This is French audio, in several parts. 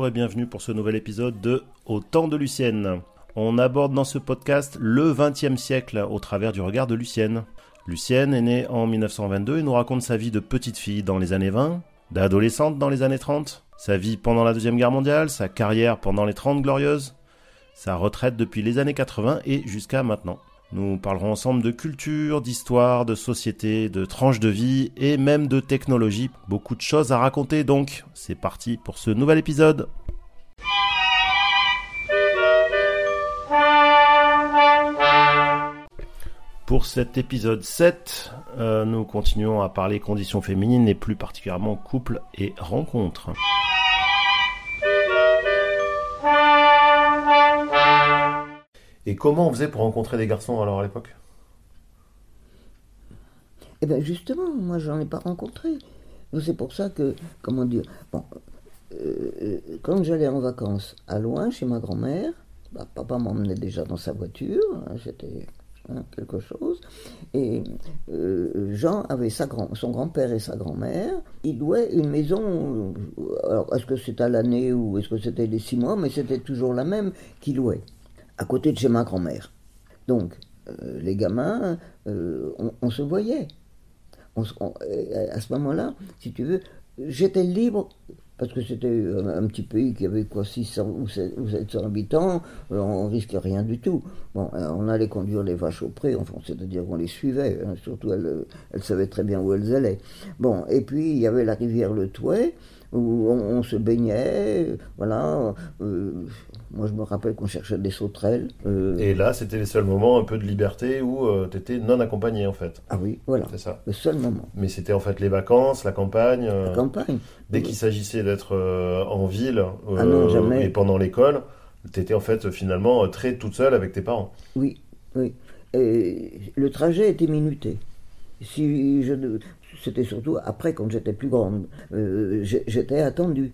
et bienvenue pour ce nouvel épisode de Au temps de Lucienne. On aborde dans ce podcast le XXe siècle au travers du regard de Lucienne. Lucienne est née en 1922 et nous raconte sa vie de petite fille dans les années 20, d'adolescente dans les années 30, sa vie pendant la Deuxième Guerre mondiale, sa carrière pendant les 30 Glorieuses, sa retraite depuis les années 80 et jusqu'à maintenant. Nous parlerons ensemble de culture, d'histoire, de société, de tranches de vie et même de technologie. Beaucoup de choses à raconter donc. C'est parti pour ce nouvel épisode. Pour cet épisode 7, nous continuons à parler conditions féminines et plus particulièrement couple et rencontres. Et comment on faisait pour rencontrer des garçons alors à l'époque ? Eh bien justement, moi j'en ai pas rencontré. Donc, c'est pour ça que, comment dire, quand j'allais en vacances à loin chez ma grand-mère, papa m'emmenait déjà dans sa voiture, c'était quelque chose, et Jean avait son grand-père et sa grand-mère, ils louaient une maison, alors est-ce que c'était à l'année ou est-ce que c'était les 6 mois, mais c'était toujours la même qu'ils louaient, à côté de chez ma grand-mère. Donc, les gamins, on se voyait. À ce moment-là, si tu veux, j'étais libre, parce que c'était un petit pays qui avait 600 ou 700 habitants, on risquait rien du tout. Bon, on allait conduire les vaches au pré, enfin, c'est-à-dire qu'on les suivait, surtout elles savaient très bien où elles allaient. Bon, et puis il y avait la rivière Le Touet, où on se baignait, voilà. Moi, je me rappelle qu'on cherchait des sauterelles. Et là, c'était les seuls moments un peu de liberté où tu étais non accompagné, en fait. Ah oui, voilà, c'est ça. Le seul moment. Mais c'était en fait les vacances, la campagne. La campagne. Dès qu'il s'agissait d'être en ville non, jamais. Et pendant l'école, tu étais en fait finalement très toute seule avec tes parents. Oui, oui. Et le trajet était minuté. C'était surtout après, quand j'étais plus grande. J'étais attendue.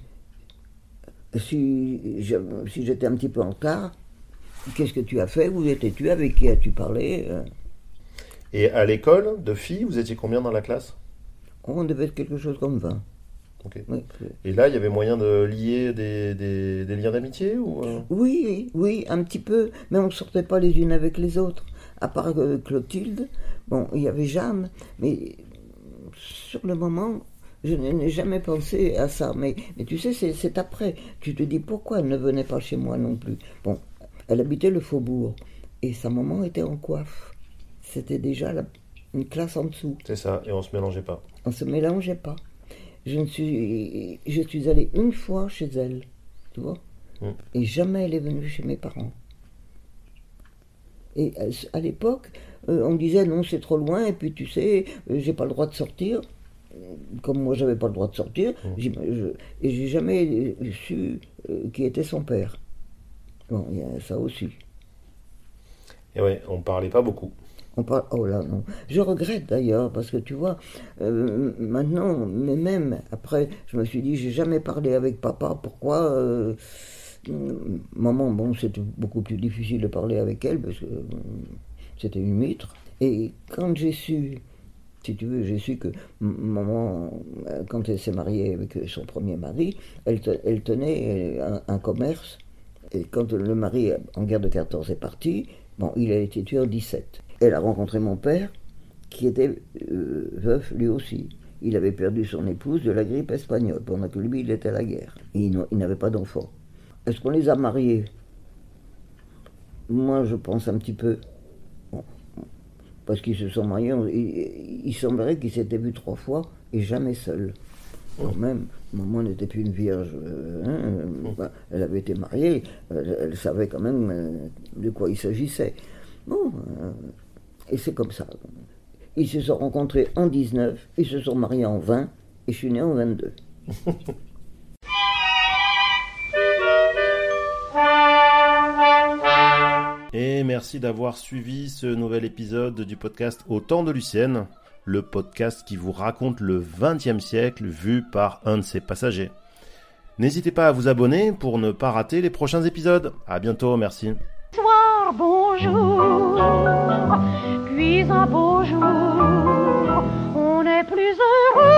Si j'étais un petit peu en retard, qu'est-ce que tu as fait ? Où étais-tu ? Avec qui as-tu parlé ? Et à l'école de filles, vous étiez combien dans la classe ? On devait être quelque chose comme 20. Okay. Oui. Et là, il y avait moyen de lier des liens d'amitié ou Oui, un petit peu, mais on ne sortait pas les unes avec les autres. À part Clotilde, bon, il y avait Jeanne, mais sur le moment, je n'ai jamais pensé à ça. Mais tu sais, c'est après. Tu te dis pourquoi elle ne venait pas chez moi non plus. Bon, elle habitait le Faubourg et sa maman était en coiffe. C'était déjà une classe en dessous. C'est ça, et on se mélangeait pas. On se mélangeait pas. Je suis allé une fois chez elle, tu vois, et jamais elle est venue chez mes parents. Et à l'époque, on disait non, c'est trop loin, et puis tu sais, j'ai pas le droit de sortir. Comme moi, j'avais pas le droit de sortir, et j'ai jamais su qui était son père. Bon, il y a ça aussi. Et ouais, on parlait pas beaucoup. Oh là, non. Je regrette d'ailleurs, parce que tu vois, maintenant, mais même après, je me suis dit, j'ai jamais parlé avec papa, pourquoi maman, bon, c'était beaucoup plus difficile de parler avec elle, parce que c'était une mitre. Et quand j'ai su, si tu veux, j'ai su que maman, quand elle s'est mariée avec son premier mari, elle tenait un commerce, et quand le mari, en guerre de 14, est parti, bon, il a été tué en 17. Elle a rencontré mon père, qui était veuf lui aussi. Il avait perdu son épouse de la grippe espagnole, pendant que lui, il était à la guerre. Et il n'avait pas d'enfants. Est-ce qu'on les a mariés ? Moi, je pense un petit peu. Bon, parce qu'ils se sont mariés, il semblerait qu'ils s'étaient vus 3 fois, et jamais seuls. Quand même, maman n'était plus une vierge. Elle avait été mariée, elle savait quand même de quoi il s'agissait. Bon, et c'est comme ça. Ils se sont rencontrés en 19, ils se sont mariés en 20, et je suis né en 22. Et merci d'avoir suivi ce nouvel épisode du podcast Au temps de Lucienne, le podcast qui vous raconte le XXe siècle vu par un de ses passagers. N'hésitez pas à vous abonner pour ne pas rater les prochains épisodes. À bientôt, merci. Bonsoir, bonjour, puis un beau jour, on est plus heureux.